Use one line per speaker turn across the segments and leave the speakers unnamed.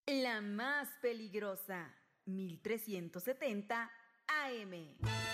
La más peligrosa, 1370 AM.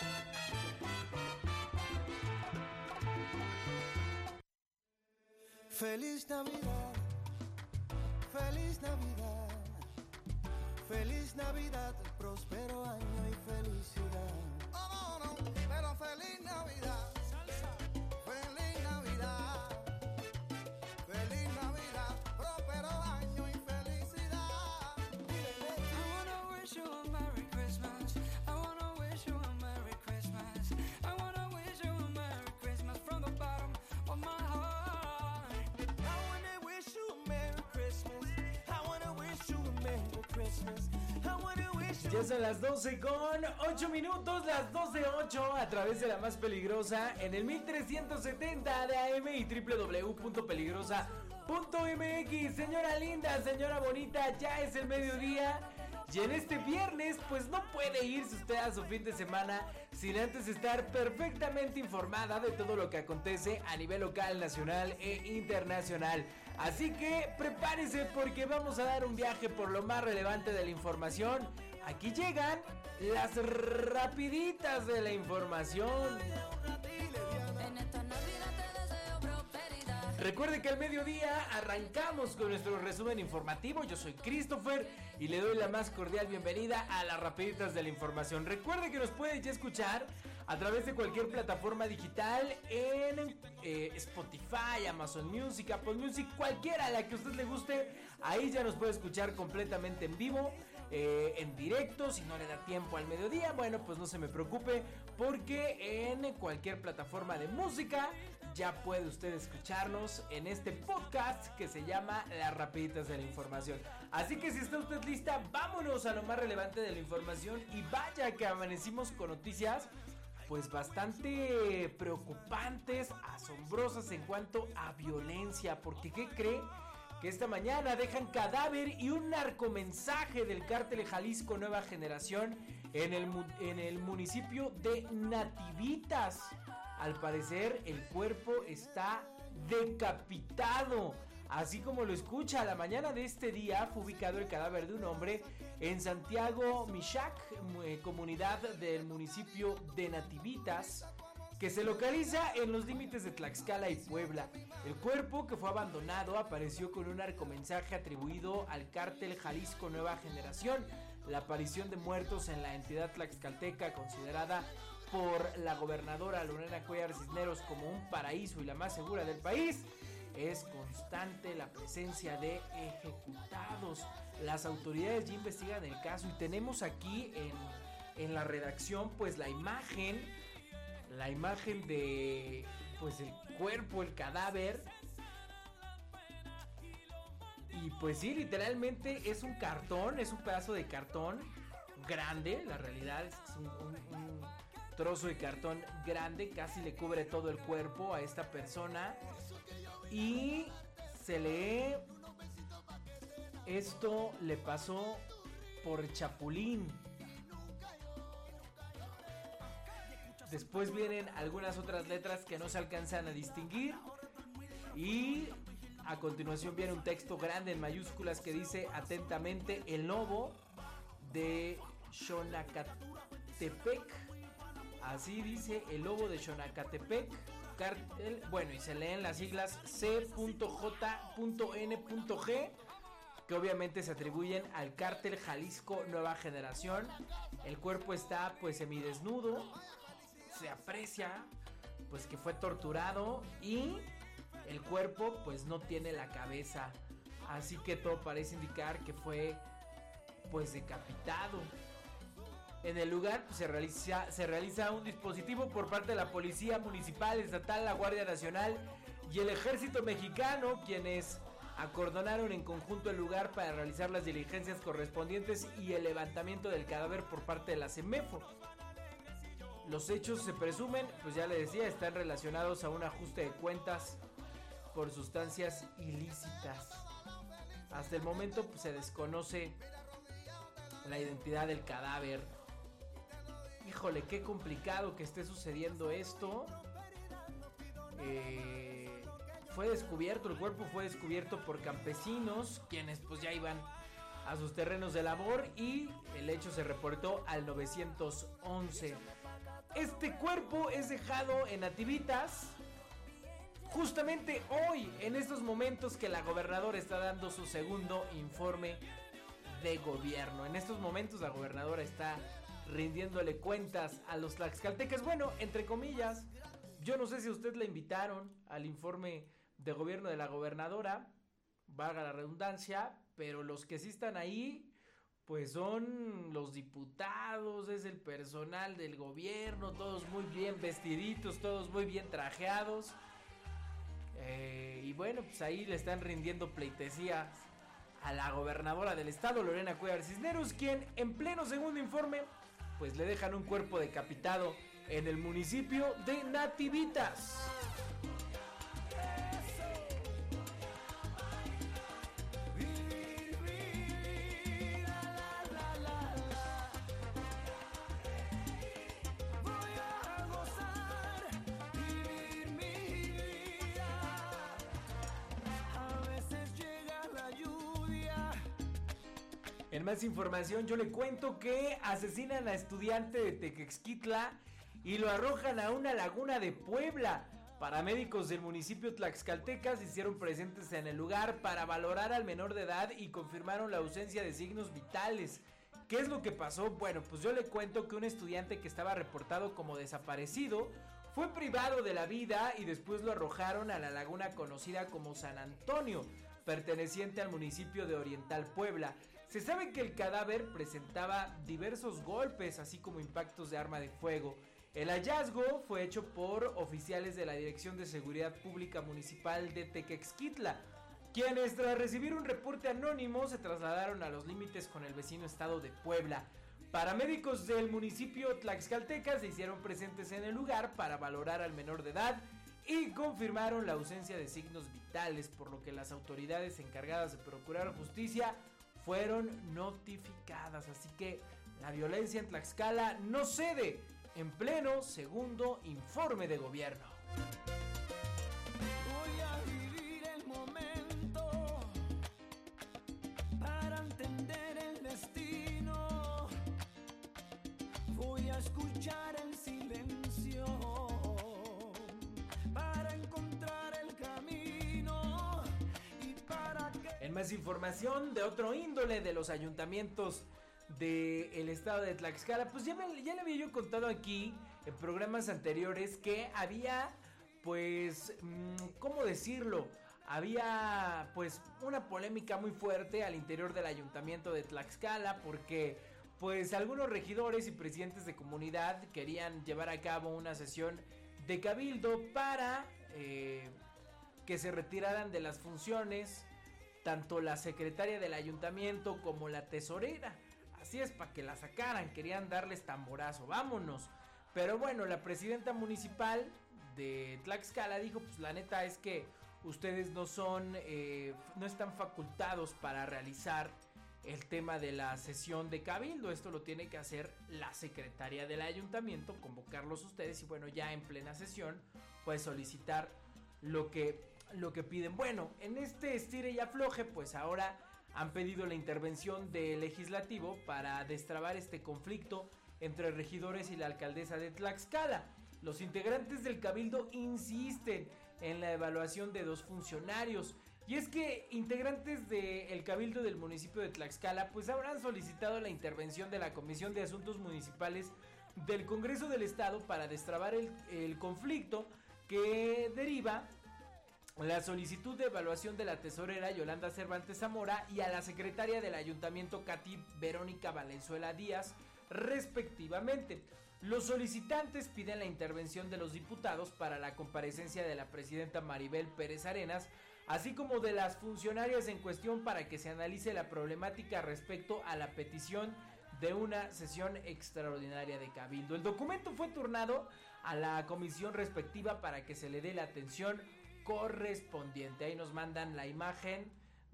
Feliz Navidad, feliz Navidad, feliz Navidad, próspero año y felicidad. Oh, no, no, pero feliz Navidad, feliz Navidad, feliz Navidad, próspero año y felicidad. I wanna wish you a Merry Christmas, I wanna wish you a Merry Christmas, I wanna wish you a Merry Christmas from the bottom of my heart.
Ya son las 12:08, las 12:08 a través de la más peligrosa en el 1370 de AM y www.peligrosa.mx. Señora linda, señora bonita, ya es el mediodía. Y en este viernes, pues no puede irse usted a su fin de semana sin antes estar perfectamente informada de todo lo que acontece a nivel local, nacional e internacional. Así que prepárese porque vamos a dar un viaje por lo más relevante de la información. Aquí llegan las rapiditas de la información. Recuerde que al mediodía arrancamos con nuestro resumen informativo. Yo soy Christopher y le doy la más cordial bienvenida a las rapiditas de la información. Recuerde que nos puede ya escuchar a través de cualquier plataforma digital en Spotify, Amazon Music, Apple Music, cualquiera a la que a usted le guste. Ahí ya nos puede escuchar completamente en vivo, en directo. Si no le da tiempo al mediodía, bueno, pues no se me preocupe, porque en cualquier plataforma de música ya puede usted escucharnos en este podcast que se llama Las Rapiditas de la Información. Así que si está usted lista, vámonos a lo más relevante de la información. Y vaya que amanecimos con noticias pues bastante preocupantes, asombrosas en cuanto a violencia. Porque ¿qué cree? Que esta mañana dejan cadáver y un narcomensaje del cártel Jalisco Nueva Generación en el municipio de Nativitas. Al parecer el cuerpo está decapitado. Así como lo escucha, a la mañana de este día fue ubicado el cadáver de un hombre en Santiago Mixac, comunidad del municipio de Nativitas, que se localiza en los límites de Tlaxcala y Puebla. El cuerpo, que fue abandonado, apareció con un narcomensaje atribuido al cártel Jalisco Nueva Generación. La aparición de muertos en la entidad tlaxcalteca, considerada por la gobernadora Lorena Cuellar Cisneros como un paraíso y la más segura del país, es constante la presencia de ejecutados. Las autoridades ya investigan el caso y tenemos aquí en la redacción pues la imagen de pues el cuerpo, el cadáver. Y pues sí, literalmente es un cartón, es un pedazo de cartón grande. La realidad es que es un trozo de cartón grande, casi le cubre todo el cuerpo a esta persona. Y se lee: esto le pasó por chapulín. Después vienen algunas otras letras que no se alcanzan a distinguir. Y a continuación viene un texto grande en mayúsculas que dice atentamente: el lobo de Xonacatepec. Así dice: el lobo de Xonacatepec. Cártel, bueno, y se leen las siglas C.J.N.G, que obviamente se atribuyen al cártel Jalisco Nueva Generación. El cuerpo está pues semidesnudo. Se aprecia pues que fue torturado y el cuerpo pues no tiene la cabeza. Así que todo parece indicar que fue pues decapitado. En el lugar pues, se realiza un dispositivo por parte de la Policía Municipal, Estatal, la Guardia Nacional y el Ejército Mexicano, quienes acordonaron en conjunto el lugar para realizar las diligencias correspondientes y el levantamiento del cadáver por parte de la CEMEFO. Los hechos se presumen, pues ya le decía, están relacionados a un ajuste de cuentas por sustancias ilícitas. Hasta el momento pues, se desconoce la identidad del cadáver. Híjole, qué complicado que esté sucediendo esto. El cuerpo fue descubierto por campesinos, quienes pues ya iban a sus terrenos de labor y el hecho se reportó al 911. Este cuerpo es dejado en Nativitas justamente hoy, en estos momentos que la gobernadora está dando su segundo informe de gobierno. En estos momentos la gobernadora está rindiéndole cuentas a los tlaxcaltecas. Bueno, entre comillas, yo no sé si a usted le invitaron al informe de gobierno de la gobernadora, valga la redundancia, pero los que sí están ahí, pues son los diputados, es el personal del gobierno, todos muy bien vestiditos, todos muy bien trajeados. Y bueno, pues ahí le están rindiendo pleitesía a la gobernadora del estado, Lorena Cuellar Cisneros, quien en pleno segundo informe, pues le dejan un cuerpo decapitado en el municipio de Nativitas. En más información yo le cuento que asesinan a estudiante de Tequexquitla y lo arrojan a una laguna de Puebla. Paramédicos del municipio tlaxcaltecas se hicieron presentes en el lugar para valorar al menor de edad y confirmaron la ausencia de signos vitales. ¿Qué es lo que pasó? Bueno, pues yo le cuento que un estudiante que estaba reportado como desaparecido fue privado de la vida y después lo arrojaron a la laguna conocida como San Antonio, perteneciente al municipio de Oriental Puebla. Se sabe que el cadáver presentaba diversos golpes, así como impactos de arma de fuego. El hallazgo fue hecho por oficiales de la Dirección de Seguridad Pública Municipal de Tequexquitla, quienes tras recibir un reporte anónimo se trasladaron a los límites con el vecino estado de Puebla. Paramédicos del municipio tlaxcalteca se hicieron presentes en el lugar para valorar al menor de edad y confirmaron la ausencia de signos vitales, por lo que las autoridades encargadas de procurar justicia fueron notificadas. Así que la violencia en Tlaxcala no cede en pleno segundo informe de gobierno.
Voy a vivir el momento para entender el destino. Voy a escuchar el silencio para encontrar el camino y para que...
En más información de otro índole de los ayuntamientos del estado de Tlaxcala, pues ya le había yo contado aquí en programas anteriores que había, pues, ¿cómo decirlo? Había pues una polémica muy fuerte al interior del ayuntamiento de Tlaxcala porque pues algunos regidores y presidentes de comunidad querían llevar a cabo una sesión de cabildo para que se retiraran de las funciones tanto la secretaria del ayuntamiento como la tesorera. Así es, para que la sacaran, querían darles tamborazo, vámonos. Pero bueno, la presidenta municipal de Tlaxcala dijo, pues la neta es que ustedes no están facultados para realizar el tema de la sesión de cabildo. Esto lo tiene que hacer la secretaria del ayuntamiento, convocarlos ustedes y bueno, ya en plena sesión, pues solicitar lo que piden. Bueno, en este estire y afloje, pues ahora han pedido la intervención del legislativo para destrabar este conflicto entre regidores y la alcaldesa de Tlaxcala. Los integrantes del cabildo insisten en la evaluación de dos funcionarios. Y es que integrantes del cabildo del municipio de Tlaxcala pues habrán solicitado la intervención de la Comisión de Asuntos Municipales del Congreso del Estado para destrabar el conflicto que deriva la solicitud de evaluación de la tesorera Yolanda Cervantes Zamora y a la secretaria del ayuntamiento Katy Verónica Valenzuela Díaz, respectivamente. Los solicitantes piden la intervención de los diputados para la comparecencia de la presidenta Maribel Pérez Arenas, así como de las funcionarias en cuestión para que se analice la problemática respecto a la petición de una sesión extraordinaria de cabildo. El documento fue turnado a la comisión respectiva para que se le dé la atención correspondiente. Ahí nos mandan la imagen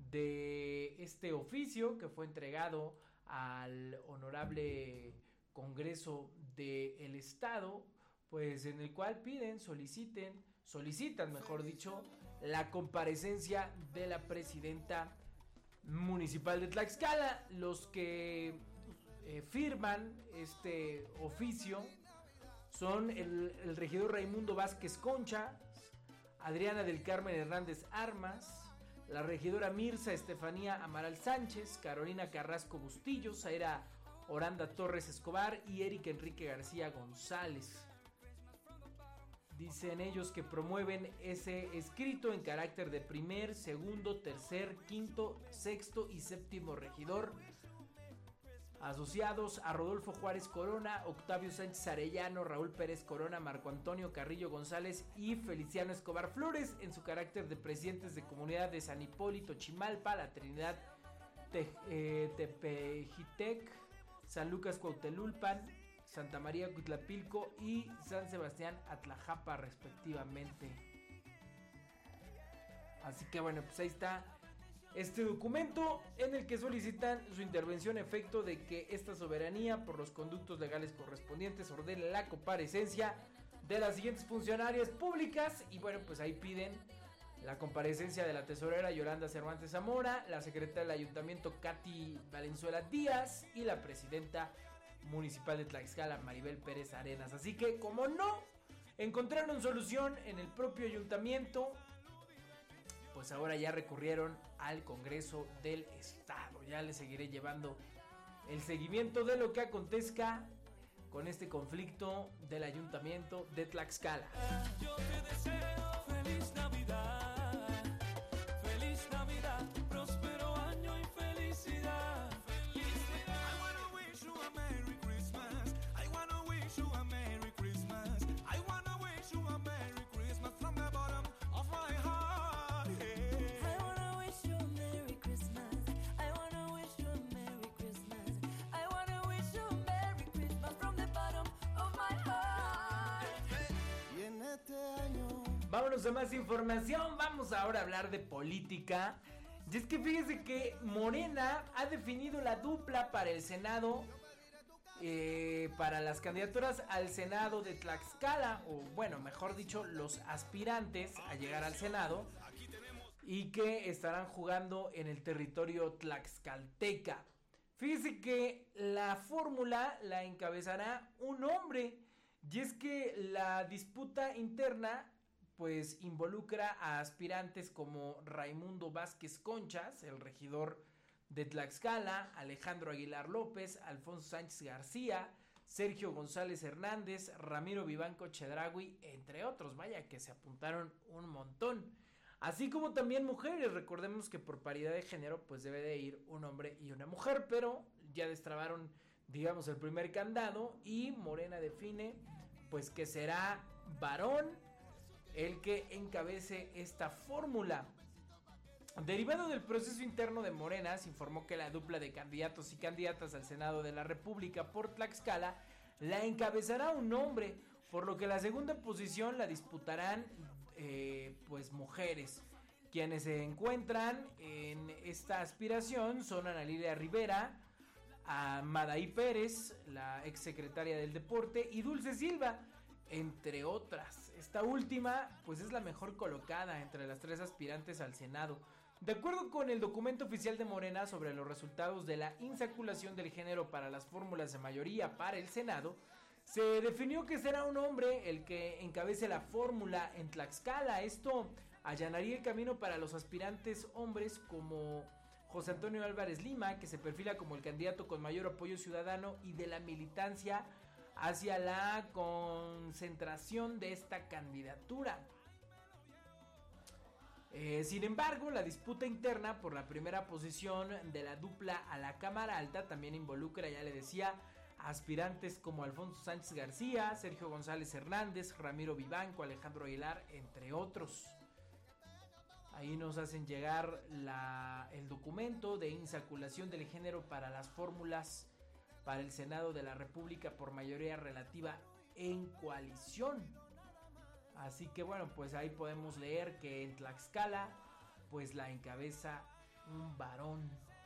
de este oficio que fue entregado al honorable Congreso del Estado, pues en el cual solicitan, mejor dicho, la comparecencia de la presidenta municipal de Tlaxcala. Los que firman este oficio son el regidor Raimundo Vázquez Concha, Adriana del Carmen Hernández Armas, la regidora Mirza Estefanía Amaral Sánchez, Carolina Carrasco Bustillo, Zaira Oranda Torres Escobar y Eric Enrique García González. Dicen ellos que promueven ese escrito en carácter de primer, segundo, tercer, quinto, sexto y séptimo regidor, asociados a Rodolfo Juárez Corona, Octavio Sánchez Arellano, Raúl Pérez Corona, Marco Antonio Carrillo González y Feliciano Escobar Flores en su carácter de presidentes de comunidad de San Hipólito Chimalpa, La Trinidad Tepejitec, San Lucas Cuautelulpan, Santa María Cuitlapilco y San Sebastián Atlajapa respectivamente. Así que bueno, pues ahí está este documento en el que solicitan su intervención a efecto de que esta soberanía por los conductos legales correspondientes ordene la comparecencia de las siguientes funcionarias públicas. Y bueno, pues ahí piden la comparecencia de la tesorera Yolanda Cervantes Zamora, la secretaria del ayuntamiento Katy Valenzuela Díaz y la presidenta municipal de Tlaxcala Maribel Pérez Arenas. Así que como no encontraron solución en el propio ayuntamiento, pues ahora ya recurrieron al Congreso del Estado. Ya les seguiré llevando el seguimiento de lo que acontezca con este conflicto del ayuntamiento de Tlaxcala.
Yo te deseo feliz Navidad, próspero año y felicidad. I wanna wish you a Merry Christmas. I wanna wish you a Merry Christmas. I wanna wish you a Merry Christmas from the bottom of my heart. Yeah.
I wanna wish you a Merry Christmas. I wanna wish you a Merry Christmas. I wanna wish you a Merry Christmas from the bottom of my heart.
Y en este año
Vámonos a más información. Vamos ahora a hablar de política. Y es que fíjese que Morena ha definido la dupla para el Senado, para las candidaturas al Senado de Tlaxcala, o bueno, mejor dicho, los aspirantes a llegar al Senado, y que estarán jugando en el territorio tlaxcalteca. Fíjese que la fórmula la encabezará un hombre, y es que la disputa interna pues involucra a aspirantes como Raimundo Vázquez Conchas, el regidor de Tlaxcala, Alejandro Aguilar López, Alfonso Sánchez García, Sergio González Hernández, Ramiro Vivanco Chedraui, entre otros. Vaya que se apuntaron un montón. Así como también mujeres. Recordemos que por paridad de género pues debe de ir un hombre y una mujer, pero ya destrabaron, digamos, el primer candado y Morena define pues que será varón el que encabece esta fórmula. Derivado del proceso interno de Morena, se informó que la dupla de candidatos y candidatas al Senado de la República por Tlaxcala la encabezará un hombre, por lo que la segunda posición la disputarán pues mujeres. Quienes se encuentran en esta aspiración son Ana Lilia Rivera, Madaí Pérez, la exsecretaria del Deporte, y Dulce Silva, entre otras. Esta última pues es la mejor colocada entre las tres aspirantes al Senado. De acuerdo con el documento oficial de Morena sobre los resultados de la insaculación del género para las fórmulas de mayoría para el Senado, se definió que será un hombre el que encabece la fórmula en Tlaxcala. Esto allanaría el camino para los aspirantes hombres como José Antonio Álvarez Lima, que se perfila como el candidato con mayor apoyo ciudadano y de la militancia hacia la concentración de esta candidatura. Sin embargo, la disputa interna por la primera posición de la dupla a la Cámara Alta también involucra, ya le decía, a aspirantes como Alfonso Sánchez García, Sergio González Hernández, Ramiro Vivanco, Alejandro Aguilar, entre otros. Ahí nos hacen llegar el documento de insaculación del género para las fórmulas para el Senado de la República por mayoría relativa en coalición. Así que bueno, pues ahí podemos leer que en Tlaxcala pues la encabeza un varón.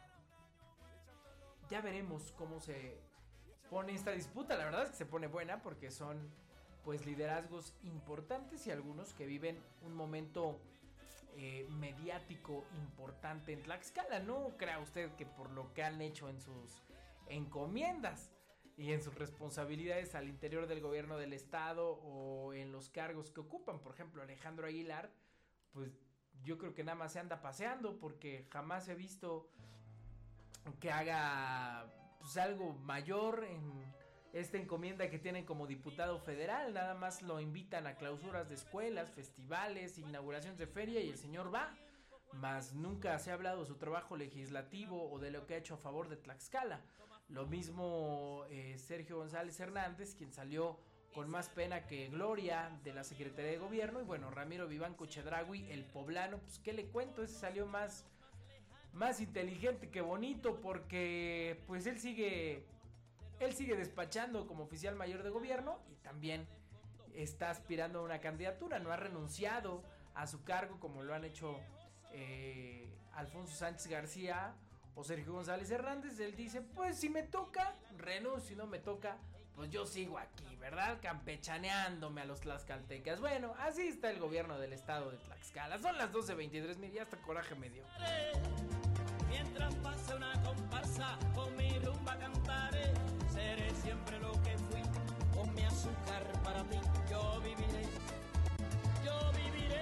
Ya veremos cómo se pone esta disputa. La verdad es que se pone buena porque son pues liderazgos importantes y algunos que viven un momento mediático importante en Tlaxcala. No crea usted que por lo que han hecho en sus encomiendas y en sus responsabilidades al interior del gobierno del estado o en los cargos que ocupan. Por ejemplo, Alejandro Aguilar, pues yo creo que nada más se anda paseando, porque jamás he visto que haga pues algo mayor en esta encomienda que tienen como diputado federal. Nada más lo invitan a clausuras de escuelas, festivales, inauguraciones de feria y el señor va, mas nunca se ha hablado de su trabajo legislativo o de lo que ha hecho a favor de Tlaxcala. Lo mismo Sergio González Hernández, quien salió con más pena que gloria de la Secretaría de Gobierno. Y bueno, Ramiro Vivanco Chedraui, el poblano, pues qué le cuento, ese salió más inteligente que bonito, porque pues él sigue despachando como oficial mayor de gobierno y también está aspirando a una candidatura. No ha renunciado a su cargo como lo han hecho Alfonso Sánchez García o Sergio González Hernández. Él dice, pues si me toca, renuncio, si no me toca, pues yo sigo aquí, ¿verdad? Campechaneándome a los tlaxcaltecas. Bueno, así está el gobierno del estado de Tlaxcala. Son las 12:23, mira, hasta coraje me dio.
Mientras pase una comparsa, con mi rumba cantaré. Seré siempre lo que fui, con mi azúcar para ti. Yo viviré, yo viviré.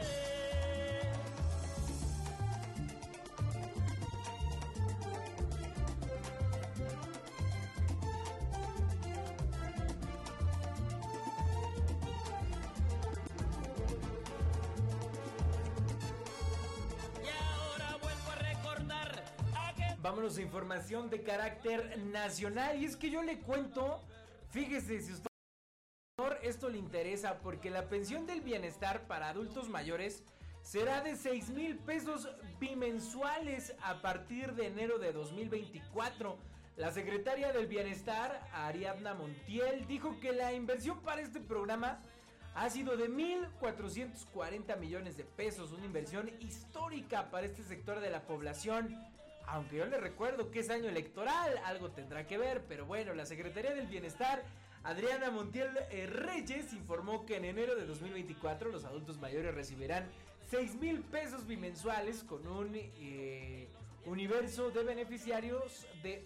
Vámonos a información de carácter nacional. Y es que yo le cuento, fíjese, si usted esto le interesa, porque la pensión del bienestar para adultos mayores será de 6,000 pesos bimensuales a partir de enero de 2024. La secretaria del bienestar, Ariadna Montiel, dijo que la inversión para este programa ha sido de 1,440 millones de pesos, una inversión histórica para este sector de la población. Aunque yo le recuerdo que es año electoral, algo tendrá que ver, pero bueno, la Secretaría del Bienestar, Adriana Montiel Reyes, informó que en enero de 2024 los adultos mayores recibirán 6,000 pesos bimensuales con un universo de beneficiarios de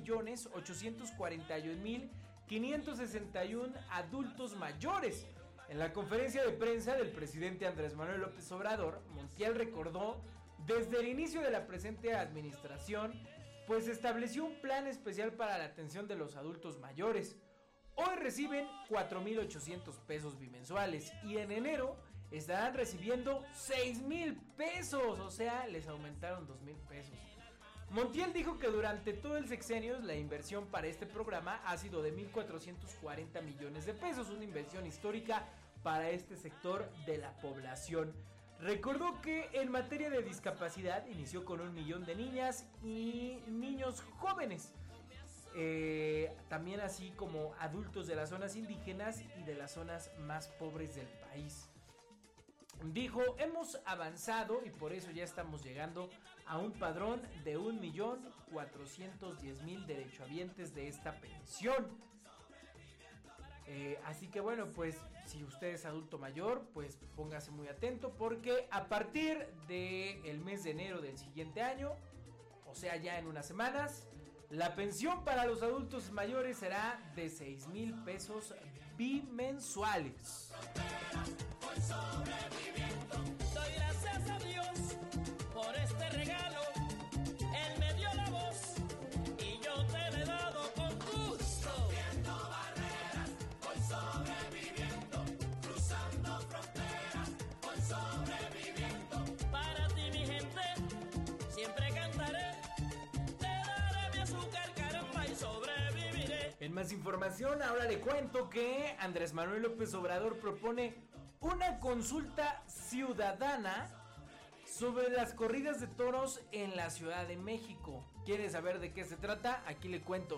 11,841,561 adultos mayores. En la conferencia de prensa del presidente Andrés Manuel López Obrador, Montiel recordó desde el inicio de la presente administración, pues estableció un plan especial para la atención de los adultos mayores. Hoy reciben 4,800 pesos bimensuales y en enero estarán recibiendo 6,000 pesos, o sea, les aumentaron 2,000 pesos. Montiel dijo que durante todo el sexenio la inversión para este programa ha sido de 1,440 millones de pesos, una inversión histórica para este sector de la población. Recordó que en materia de discapacidad inició con 1 millón de niñas y niños jóvenes, también así como adultos de las zonas indígenas y de las zonas más pobres del país. Dijo, hemos avanzado y por eso ya estamos llegando a un padrón de 1,410,000 derechohabientes de esta pensión. Así que bueno, pues si usted es adulto mayor, pues póngase muy atento, porque a partir del mes de enero del siguiente año, o sea ya en unas semanas, la pensión para los adultos mayores será de 6,000 pesos bimensuales.
Doy gracias a Dios por este regalo. Él me dio la voz y yo te le he dado con gusto. Rompiendo barreras, voy sobreviviendo. Cruzando fronteras, voy sobreviviendo. Para ti, mi gente, siempre cantaré. Te daré mi azúcar, caramba, y sobreviviré.
En más información, ahora le cuento que Andrés Manuel López Obrador propone una consulta ciudadana sobre las corridas de toros en la Ciudad de México. ¿Quiere saber de qué se trata? Aquí le cuento.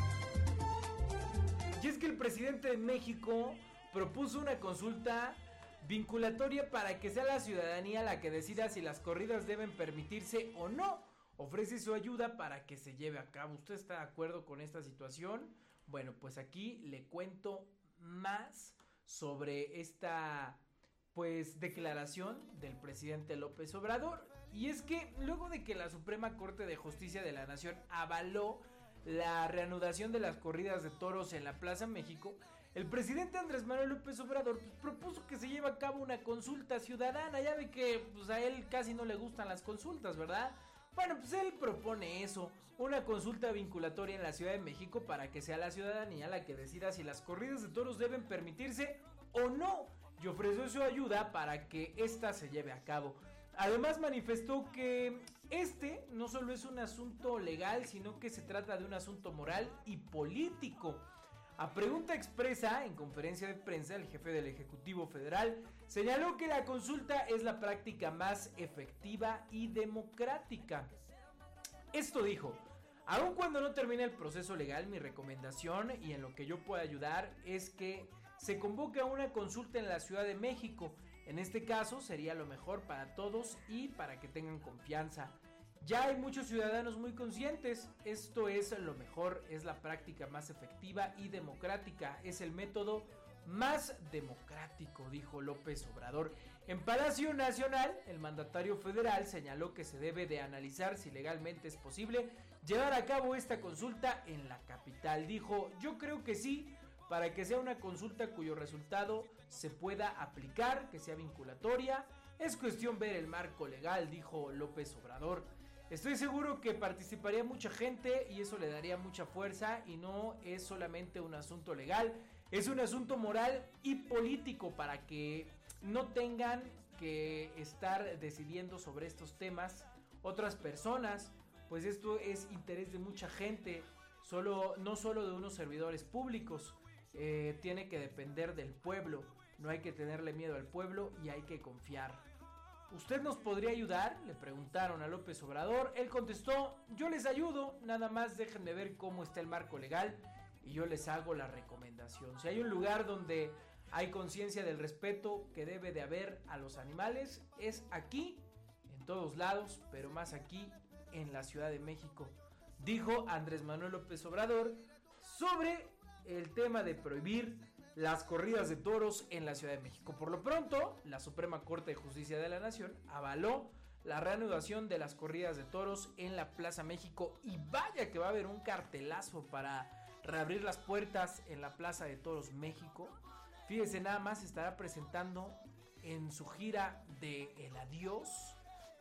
Y es que el presidente de México propuso una consulta vinculatoria para que sea la ciudadanía la que decida si las corridas deben permitirse o no. Ofrece su ayuda para que se lleve a cabo. ¿Usted está de acuerdo con esta situación? Bueno, pues aquí le cuento más sobre esta pues declaración del presidente López Obrador. Y es que luego de que la Suprema Corte de Justicia de la Nación avaló la reanudación de las corridas de toros en la Plaza México, el presidente Andrés Manuel López Obrador pues, propuso que se lleve a cabo una consulta ciudadana. Ya ve que pues, a él casi no le gustan las consultas, ¿verdad? Bueno, pues él propone eso, una consulta vinculatoria en la Ciudad de México para que sea la ciudadanía la que decida si las corridas de toros deben permitirse o no, y ofreció su ayuda para que ésta se lleve a cabo. Además manifestó que este no solo es un asunto legal, sino que se trata de un asunto moral y político. A pregunta expresa en conferencia de prensa, el jefe del Ejecutivo Federal señaló que la consulta es la práctica más efectiva y democrática. Esto dijo: aun cuando no termine el proceso legal, mi recomendación y en lo que yo pueda ayudar es que se convoque a una consulta en la Ciudad de México. En este caso sería lo mejor para todos y para que tengan confianza. Ya hay muchos ciudadanos muy conscientes, esto es lo mejor, es la práctica más efectiva y democrática, es el método más democrático, dijo López Obrador. En Palacio Nacional, el mandatario federal señaló que se debe de analizar si legalmente es posible llevar a cabo esta consulta en la capital. Dijo: yo creo que sí, para que sea una consulta cuyo resultado se pueda aplicar, que sea vinculatoria. Es cuestión ver el marco legal, dijo López Obrador. Estoy seguro que participaría mucha gente y eso le daría mucha fuerza, y no es solamente un asunto legal, es un asunto moral y político para que no tengan que estar decidiendo sobre estos temas otras personas, pues esto es interés de mucha gente, no solo de unos servidores públicos. Tiene que depender del pueblo, no hay que tenerle miedo al pueblo y hay que confiar. ¿Usted nos podría ayudar?, le preguntaron a López Obrador. Él contestó: yo les ayudo, nada más déjenme ver cómo está el marco legal y yo les hago la recomendación. Si hay un lugar donde hay conciencia del respeto que debe de haber a los animales, es aquí, en todos lados, pero más aquí en la Ciudad de México, dijo Andrés Manuel López Obrador sobre el tema de prohibir las corridas de toros en la Ciudad de México. Por lo pronto, la Suprema Corte de Justicia de la Nación avaló la reanudación de las corridas de toros en la Plaza México, y vaya que va a haber un cartelazo para reabrir las puertas en la Plaza de Toros México. Fíjese nada más, estará presentando en su gira de El Adiós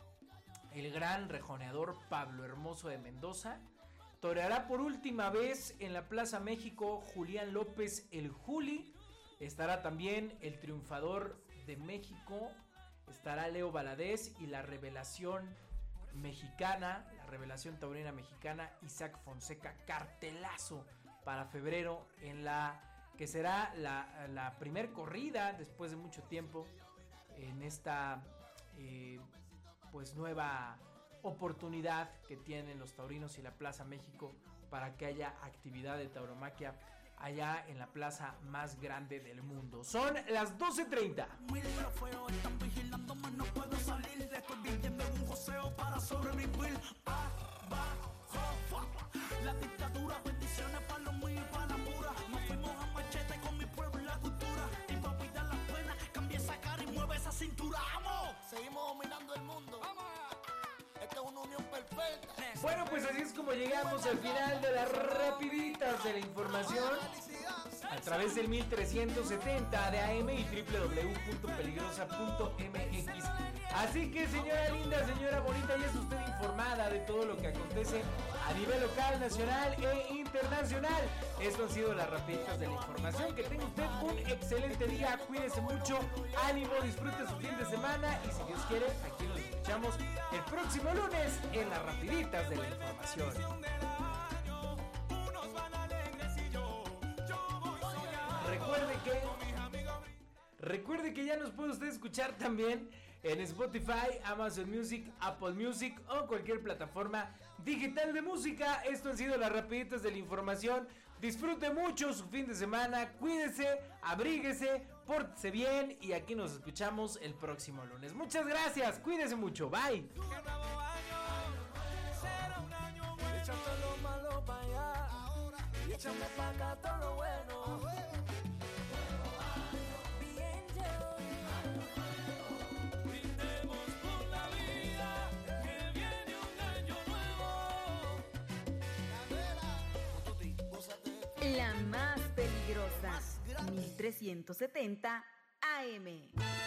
el gran rejoneador Pablo Hermoso de Mendoza. Toreará por última vez en la Plaza México Julián López, el Juli. Estará también el triunfador de México. Estará Leo Valadez y la revelación mexicana, la revelación taurina mexicana, Isaac Fonseca. Cartelazo para febrero en la que será la primer corrida después de mucho tiempo en esta pues nueva oportunidad que tienen los taurinos y la Plaza México para que haya actividad de tauromaquia allá en la plaza más grande del mundo. Son las 12:30.
Están vigilándome, no puedo salir. Estoy viviendo un joseo para sobrevivir. La dictadura, bendiciones para los míos y para la pura. Nos fuimos a machete con mi pueblo y la cultura. Y para cuidar las penas, cambia esa cara y mueve esa cintura. ¡Vamos!
Seguimos dominando el mundo. Esta es una unión perfecta.
Bueno, pues así es como llegamos al final de las rapiditas de la información a través del 1370 de AM y www.peligrosa.mx. Así que, señora linda, señora bonita, ya está usted informada de todo lo que acontece a nivel local, nacional e internacional. Esto han sido las rapiditas de la información. Que tenga usted un excelente día, cuídese mucho, ánimo, disfrute su fin de semana y, si Dios quiere, aquí nos escuchamos el próximo lunes en las rapiditas de la información. Recuerde que ya nos puede usted escuchar también en Spotify, Amazon Music, Apple Music o cualquier plataforma digital de música. Esto han sido las rapiditas de la información. Disfrute mucho su fin de semana, cuídese, abríguese, pórtese bien y aquí nos escuchamos el próximo lunes. Muchas gracias, cuídese mucho, bye.
Echa todo lo malo para allá y échame para acá todo lo bueno.
Be angel.
La más peligrosa, 1370 AM.